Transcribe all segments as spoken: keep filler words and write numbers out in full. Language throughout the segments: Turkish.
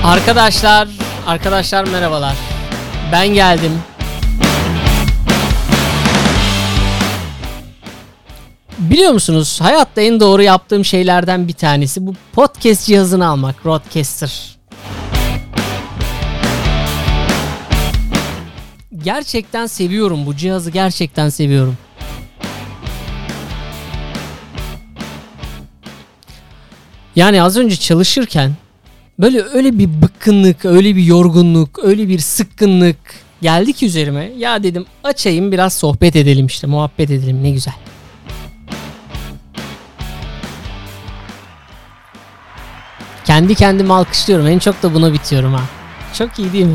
Arkadaşlar, arkadaşlar merhabalar. Ben geldim. Biliyor musunuz, hayatta en doğru yaptığım şeylerden bir tanesi bu podcast cihazını almak, Rodecaster. Gerçekten seviyorum bu cihazı, gerçekten seviyorum. Yani az önce çalışırken böyle öyle bir bıkkınlık, öyle bir yorgunluk, öyle bir sıkkınlık geldi ki üzerime. Ya dedim açayım biraz sohbet edelim işte, muhabbet edelim, ne güzel. Kendi kendime alkışlıyorum. En çok da buna bitiyorum ha. Çok iyi değil mi?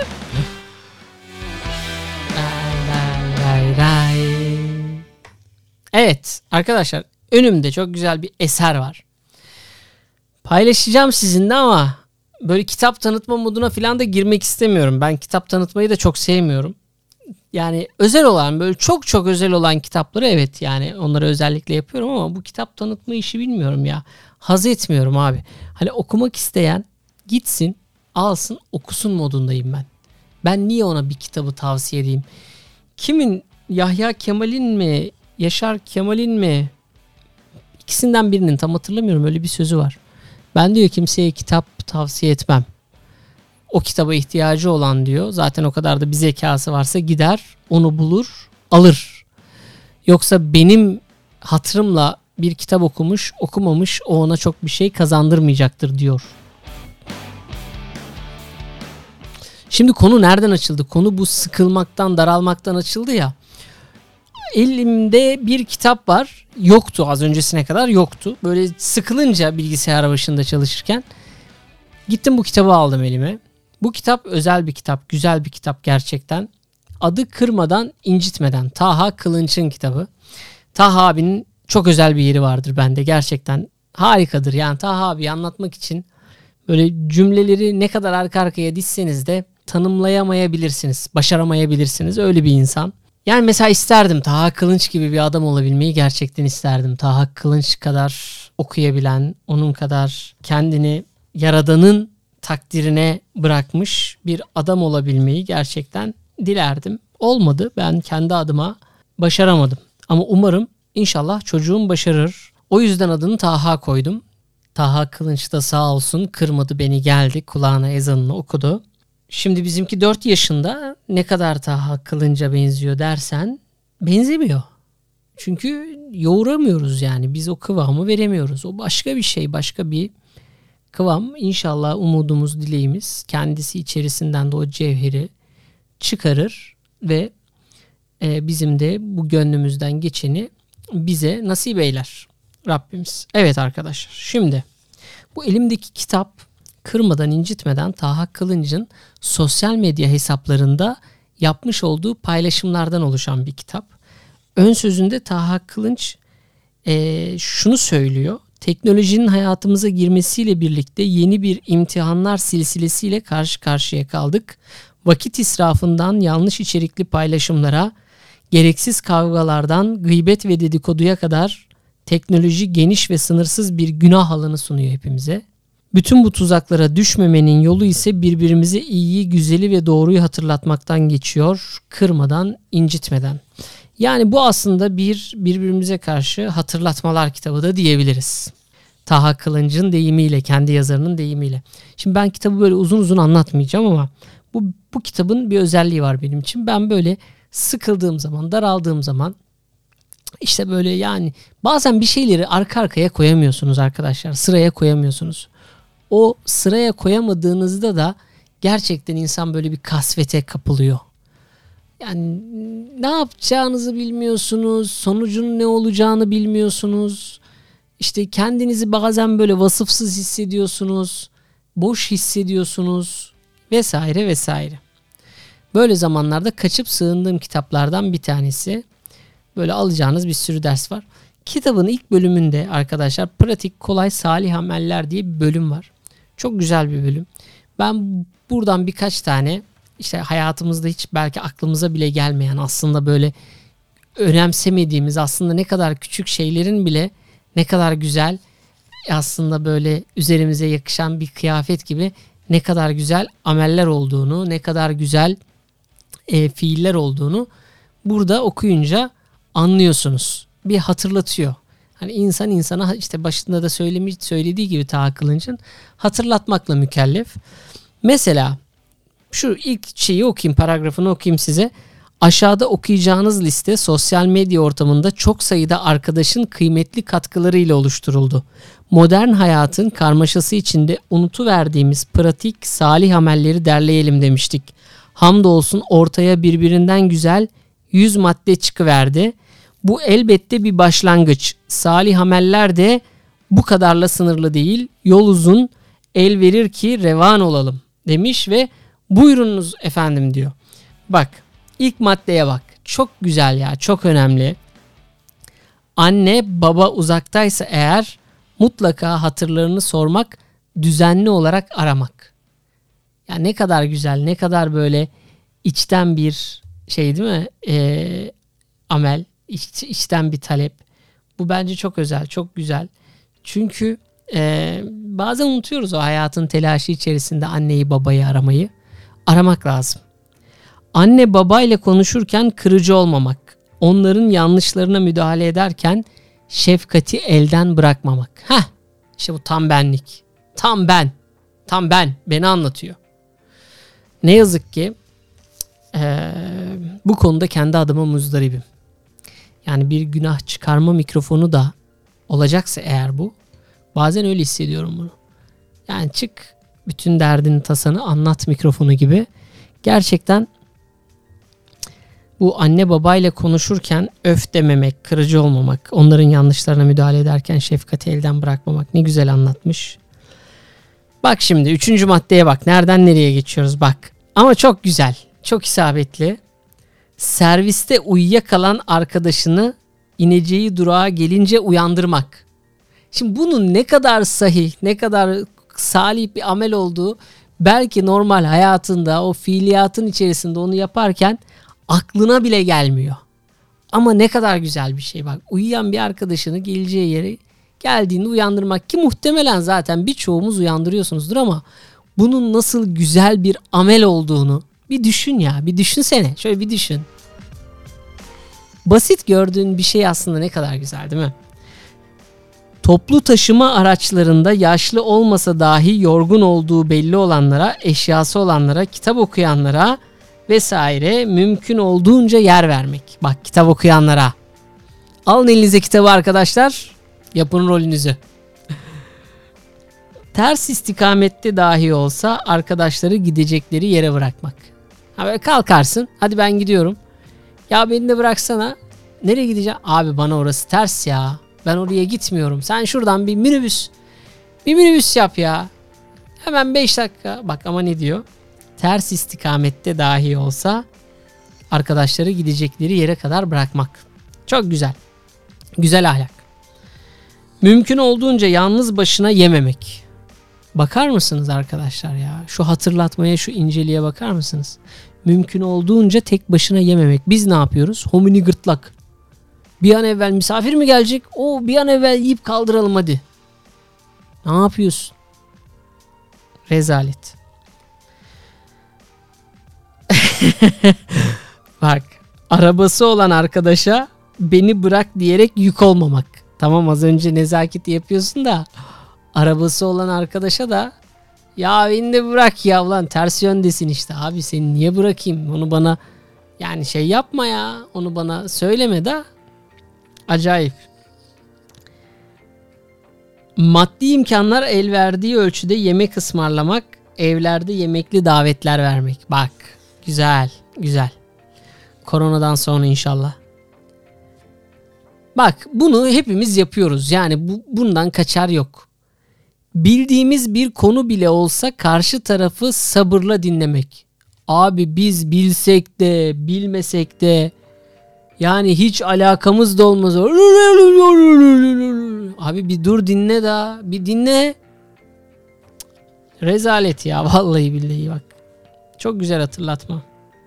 Evet arkadaşlar, önümde çok güzel bir eser var. Paylaşacağım sizinle ama böyle kitap tanıtma moduna falan da girmek istemiyorum. Ben kitap tanıtmayı da çok sevmiyorum. Yani özel olan, böyle çok çok özel olan kitapları evet, yani onları özellikle yapıyorum ama bu kitap tanıtma işi bilmiyorum ya. Haz etmiyorum abi. Hani okumak isteyen gitsin, alsın, okusun modundayım ben. Ben niye ona bir kitabı tavsiye edeyim? Kimin, Yahya Kemal'in mi, Yaşar Kemal'in mi? İkisinden birinin, tam hatırlamıyorum, öyle bir sözü var. Ben diyor kimseye kitap tavsiye etmem. O kitaba ihtiyacı olan diyor, zaten o kadar da bir zekası varsa gider onu bulur alır. Yoksa benim hatırımla bir kitap okumuş okumamış, o ona çok bir şey kazandırmayacaktır diyor. Şimdi konu nereden açıldı? Konu bu sıkılmaktan, daralmaktan açıldı ya. Elimde bir kitap var. Yoktu, az öncesine kadar yoktu. Böyle sıkılınca bilgisayar başında çalışırken gittim bu kitabı aldım elime. Bu kitap özel bir kitap, güzel bir kitap gerçekten. Adı Kırmadan İncitmeden. Taha Kılınç'ın kitabı. Taha abinin çok özel bir yeri vardır bende, gerçekten harikadır. Yani Taha abi anlatmak için böyle cümleleri ne kadar arka arkaya dizseniz de tanımlayamayabilirsiniz, başaramayabilirsiniz. Öyle bir insan. Yani mesela isterdim Taha Kılınç gibi bir adam olabilmeyi, gerçekten isterdim. Taha Kılınç kadar okuyabilen, onun kadar kendini Yaradan'ın takdirine bırakmış bir adam olabilmeyi gerçekten dilerdim. Olmadı, ben kendi adıma başaramadım. Ama umarım, inşallah çocuğum başarır. O yüzden adını Taha koydum. Taha Kılınç da sağ olsun kırmadı beni, geldi kulağına ezanını okudu. Şimdi bizimki dört yaşında, ne kadar Taha Kılınç'a benziyor dersen benzemiyor. Çünkü yoğuramıyoruz yani, biz o kıvamı veremiyoruz. O başka bir şey, başka bir kıvam. İnşallah umudumuz, dileğimiz kendisi içerisinden de o cevheri çıkarır ve e, bizim de bu gönlümüzden geçeni bize nasip eyler Rabbimiz. Evet arkadaşlar, şimdi bu elimdeki kitap Kırmadan İncitmeden, Taha Kılınç'ın sosyal medya hesaplarında yapmış olduğu paylaşımlardan oluşan bir kitap. Ön sözünde Taha Kılınç e, şunu söylüyor. Teknolojinin hayatımıza girmesiyle birlikte yeni bir imtihanlar silsilesiyle karşı karşıya kaldık. Vakit israfından yanlış içerikli paylaşımlara, gereksiz kavgalardan gıybet ve dedikoduya kadar teknoloji geniş ve sınırsız bir günah alanı sunuyor hepimize. Bütün bu tuzaklara düşmemenin yolu ise birbirimize iyiyi, güzeli ve doğruyu hatırlatmaktan geçiyor, kırmadan, incitmeden. Yani bu aslında bir birbirimize karşı hatırlatmalar kitabı da diyebiliriz. Taha Kılınç'ın deyimiyle, kendi yazarının deyimiyle. Şimdi ben kitabı böyle uzun uzun anlatmayacağım ama bu, bu kitabın bir özelliği var benim için. Ben böyle sıkıldığım zaman, daraldığım zaman, işte böyle yani bazen bir şeyleri arka arkaya koyamıyorsunuz arkadaşlar. Sıraya koyamıyorsunuz. O sıraya koyamadığınızda da gerçekten insan böyle bir kasvete kapılıyor. Yani ne yapacağınızı bilmiyorsunuz, sonucun ne olacağını bilmiyorsunuz. İşte kendinizi bazen böyle vasıfsız hissediyorsunuz, boş hissediyorsunuz vesaire vesaire. Böyle zamanlarda kaçıp sığındığım kitaplardan bir tanesi. Böyle alacağınız bir sürü ders var. Kitabın ilk bölümünde arkadaşlar pratik, kolay, salih ameller diye bir bölüm var. Çok güzel bir bölüm. Ben buradan birkaç tane işte hayatımızda hiç belki aklımıza bile gelmeyen, aslında böyle önemsemediğimiz, aslında ne kadar küçük şeylerin bile ne kadar güzel, aslında böyle üzerimize yakışan bir kıyafet gibi ne kadar güzel ameller olduğunu, ne kadar güzel e, fiiller olduğunu burada okuyunca anlıyorsunuz. Bir hatırlatıyor. Hani insan insana işte başında da söylemiş, söylediği gibi Taha Kılınç'ın hatırlatmakla mükellef. Mesela şu ilk şeyi okuyayım, paragrafını okuyayım size. Aşağıda okuyacağınız liste sosyal medya ortamında çok sayıda arkadaşın kıymetli katkılarıyla oluşturuldu. Modern hayatın karmaşası içinde unutuverdiğimiz pratik, salih amelleri derleyelim demiştik. Hamdolsun ortaya birbirinden güzel yüz madde çıkıverdi. Bu elbette bir başlangıç. Salih ameller de bu kadarla sınırlı değil. Yol uzun, el verir ki revan olalım demiş ve buyurunuz efendim diyor. Bak, ilk maddeye bak. Çok güzel ya, çok önemli. Anne baba uzaktaysa eğer mutlaka hatırlarını sormak, düzenli olarak aramak. Ya ne kadar güzel, ne kadar böyle içten bir şey değil mi? Ee, amel, iç, içten bir talep. Bu bence çok özel, çok güzel. Çünkü e, bazen unutuyoruz o hayatın telaşı içerisinde anneyi babayı aramayı. Aramak lazım. Anne babayla konuşurken kırıcı olmamak. Onların yanlışlarına müdahale ederken şefkati elden bırakmamak. Heh, işte bu tam benlik. Tam ben. Tam ben. Beni anlatıyor. Ne yazık ki ee, bu konuda kendi adıma muzdaribim. Yani bir günah çıkarma mikrofonu da olacaksa eğer bu. Bazen öyle hissediyorum bunu. Yani çık bütün derdini tasanı anlat mikrofonu gibi. Gerçekten bu anne babayla konuşurken öf dememek, kırıcı olmamak, onların yanlışlarına müdahale ederken şefkati elden bırakmamak ne güzel anlatmış. Bak şimdi üçüncü maddeye bak. Nereden nereye geçiyoruz bak. Ama çok güzel, çok isabetli. Serviste uyuyakalan arkadaşını ineceği durağa gelince uyandırmak. Şimdi bunun ne kadar sahih, ne kadar salih bir amel olduğu belki normal hayatında o fiiliyatın içerisinde onu yaparken aklına bile gelmiyor. Ama ne kadar güzel bir şey bak. Uyuyan bir arkadaşını geleceği yere geldiğinde uyandırmak ki muhtemelen zaten birçoğumuz uyandırıyorsunuzdur ama bunun nasıl güzel bir amel olduğunu bir düşün ya. Bir düşünsene. Şöyle bir düşün. Basit gördüğün bir şey aslında ne kadar güzel değil mi? Toplu taşıma araçlarında yaşlı olmasa dahi yorgun olduğu belli olanlara, eşyası olanlara, kitap okuyanlara vesaire mümkün olduğunca yer vermek. Bak kitap okuyanlara. Alın elinize kitabı arkadaşlar. Yapın rolünüzü. Ters istikamette dahi olsa arkadaşları gidecekleri yere bırakmak. Ha böyle kalkarsın. Hadi ben gidiyorum. Ya beni de bıraksana. Nereye gideceğim? Abi bana orası ters ya. Ben oraya gitmiyorum. Sen şuradan bir minibüs. Bir minibüs yap ya. Hemen beş dakika. Bak ama ne diyor? Ters istikamette dahi olsa arkadaşları gidecekleri yere kadar bırakmak. Çok güzel. Güzel ahlak. Mümkün olduğunca yalnız başına yememek. Bakar mısınız arkadaşlar ya? Şu hatırlatmaya, şu inceliğe bakar mısınız? Mümkün olduğunca tek başına yememek. Biz ne yapıyoruz? Homini gırtlak. Bir an evvel misafir mi gelecek? O bir an evvel yiyip kaldıralım hadi. Ne yapıyorsun? Rezalet. Bak, arabası olan arkadaşa beni bırak diyerek yük olmamak. Tamam az önce nezaketi yapıyorsun da arabası olan arkadaşa da ya beni de bırak ya ulan ters yöndesin işte abi seni niye bırakayım onu bana yani şey yapma ya onu bana söyleme de acayip. Maddi imkanlar el verdiği ölçüde yemek ısmarlamak, evlerde yemekli davetler vermek. Bak güzel güzel. Koronadan sonra inşallah. Bak bunu hepimiz yapıyoruz. Yani bu, bundan kaçar yok. Bildiğimiz bir konu bile olsa karşı tarafı sabırla dinlemek. Abi biz bilsek de bilmesek de yani hiç alakamız da olmaz. Abi bir dur dinle daha. Bir dinle. Rezalet ya vallahi billahi bak. Çok güzel hatırlatma.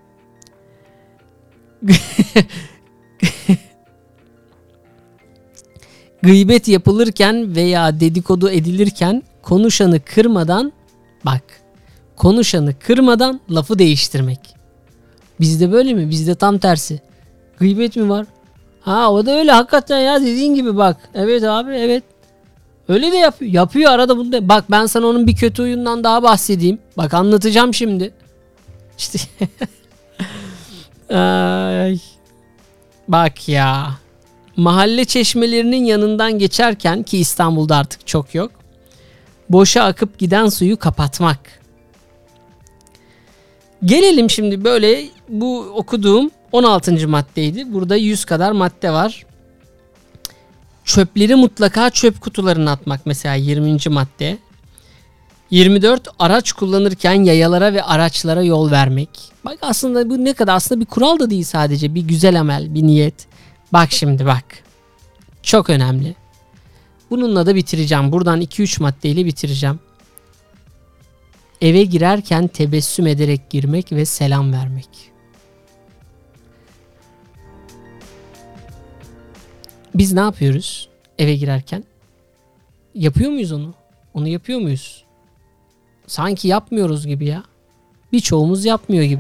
Gıybet yapılırken veya dedikodu edilirken konuşanı kırmadan bak konuşanı kırmadan lafı değiştirmek. Bizde böyle mi? Bizde tam tersi. Gıybet mi var? Ha o da öyle hakikaten ya, dediğin gibi bak. Evet abi, evet. Öyle de yapıyor. Yapıyor arada bunu da. Bak ben sana onun bir kötü huyundan daha bahsedeyim. Bak anlatacağım şimdi. İşte Ay. Bak ya. Mahalle çeşmelerinin yanından geçerken, ki İstanbul'da artık çok yok, boşa akıp giden suyu kapatmak. Gelelim şimdi böyle, bu okuduğum on altıncı maddeydi. Burada yüz kadar madde var. Çöpleri mutlaka çöp kutularına atmak mesela yirminci madde. yirmi dört Araç kullanırken yayalara ve araçlara yol vermek. Bak aslında bu ne kadar, aslında bir kural da değil, sadece bir güzel amel, bir niyet. Bak şimdi bak. Çok önemli. Bununla da bitireceğim. Buradan iki üç maddeyle bitireceğim. Eve girerken tebessüm ederek girmek ve selam vermek. Biz ne yapıyoruz eve girerken? Yapıyor muyuz onu? Onu yapıyor muyuz? Sanki yapmıyoruz gibi ya. Birçoğumuz yapmıyor gibi.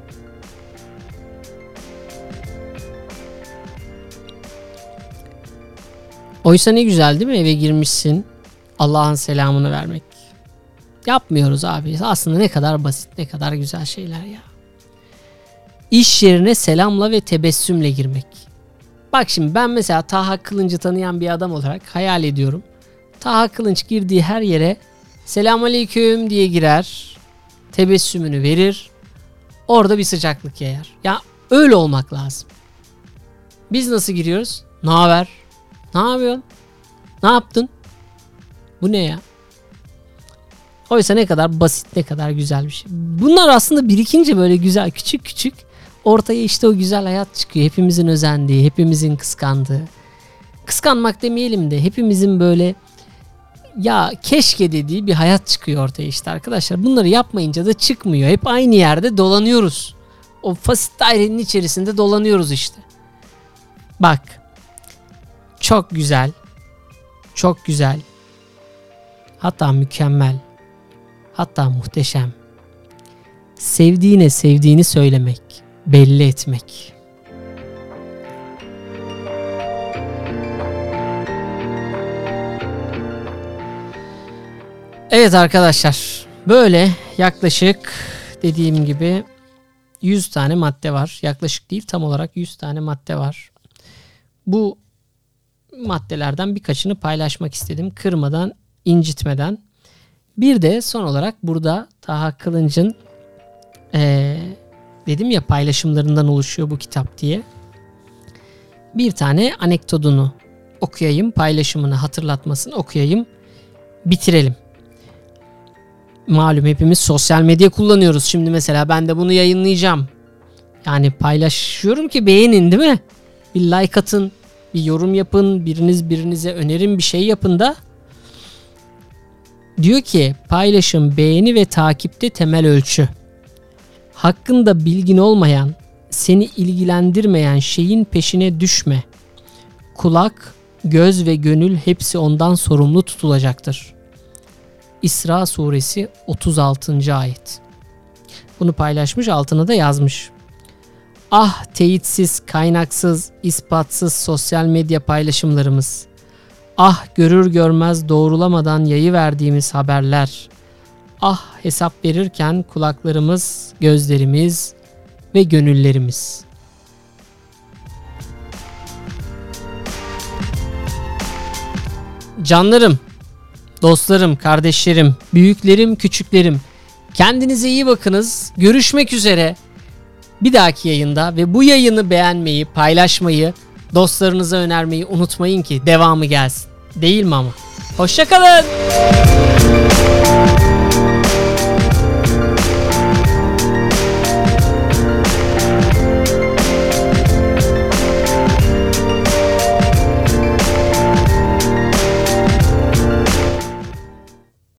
Oysa ne güzel değil mi? Eve girmişsin, Allah'ın selamını vermek. Yapmıyoruz abi. Aslında ne kadar basit, ne kadar güzel şeyler ya. İş yerine selamla ve tebessümle girmek. Bak şimdi ben mesela Taha Kılınç'ı tanıyan bir adam olarak hayal ediyorum. Taha Kılınç girdiği her yere selamünaleyküm diye girer. Tebessümünü verir. Orada bir sıcaklık yayar. Ya öyle olmak lazım. Biz nasıl giriyoruz? Ne haber? Ne yapıyorsun? Ne yaptın? Bu ne ya? Oysa ne kadar basit, ne kadar güzel bir şey. Bunlar aslında birikince böyle güzel, küçük küçük ortaya işte o güzel hayat çıkıyor. Hepimizin özendiği, hepimizin kıskandığı. Kıskanmak demeyelim de hepimizin böyle ya keşke dediği bir hayat çıkıyor ortaya işte arkadaşlar. Bunları yapmayınca da çıkmıyor. Hep aynı yerde dolanıyoruz. O fasit dairenin içerisinde dolanıyoruz işte. Bak. Çok güzel. Çok güzel. Hatta mükemmel. Hatta muhteşem. Sevdiğine sevdiğini söylemek, belli etmek. Evet arkadaşlar, böyle yaklaşık dediğim gibi yüz tane madde var. Yaklaşık değil, tam olarak yüz tane madde var. Bu maddelerden birkaçını paylaşmak istedim. Kırmadan, incitmeden. Bir de son olarak burada Taha Kılınç'ın ee, dedim ya paylaşımlarından oluşuyor bu kitap diye. Bir tane anekdotunu okuyayım, paylaşımını, hatırlatmasını okuyayım, bitirelim. Malum hepimiz sosyal medya kullanıyoruz. Şimdi mesela ben de bunu yayınlayacağım. Yani paylaşıyorum ki beğenin değil mi? Bir like atın, bir yorum yapın, biriniz birinize önerin, bir şey yapın da. Diyor ki paylaşım, beğeni ve takipte temel ölçü. Hakkında bilgin olmayan, seni ilgilendirmeyen şeyin peşine düşme. Kulak, göz ve gönül hepsi ondan sorumlu tutulacaktır. İsra suresi otuz altıncı ayet. Bunu paylaşmış, altına da yazmış. Ah teyitsiz, kaynaksız, ispatsız sosyal medya paylaşımlarımız. Ah görür görmez doğrulamadan yayıverdiğimiz haberler. Ah hesap verirken kulaklarımız, gözlerimiz ve gönüllerimiz. Canlarım, dostlarım, kardeşlerim, büyüklerim, küçüklerim, kendinize iyi bakınız. Görüşmek üzere bir dahaki yayında ve bu yayını beğenmeyi, paylaşmayı, dostlarınıza önermeyi unutmayın ki devamı gelsin. Değil mi ama? Hoşça kalın.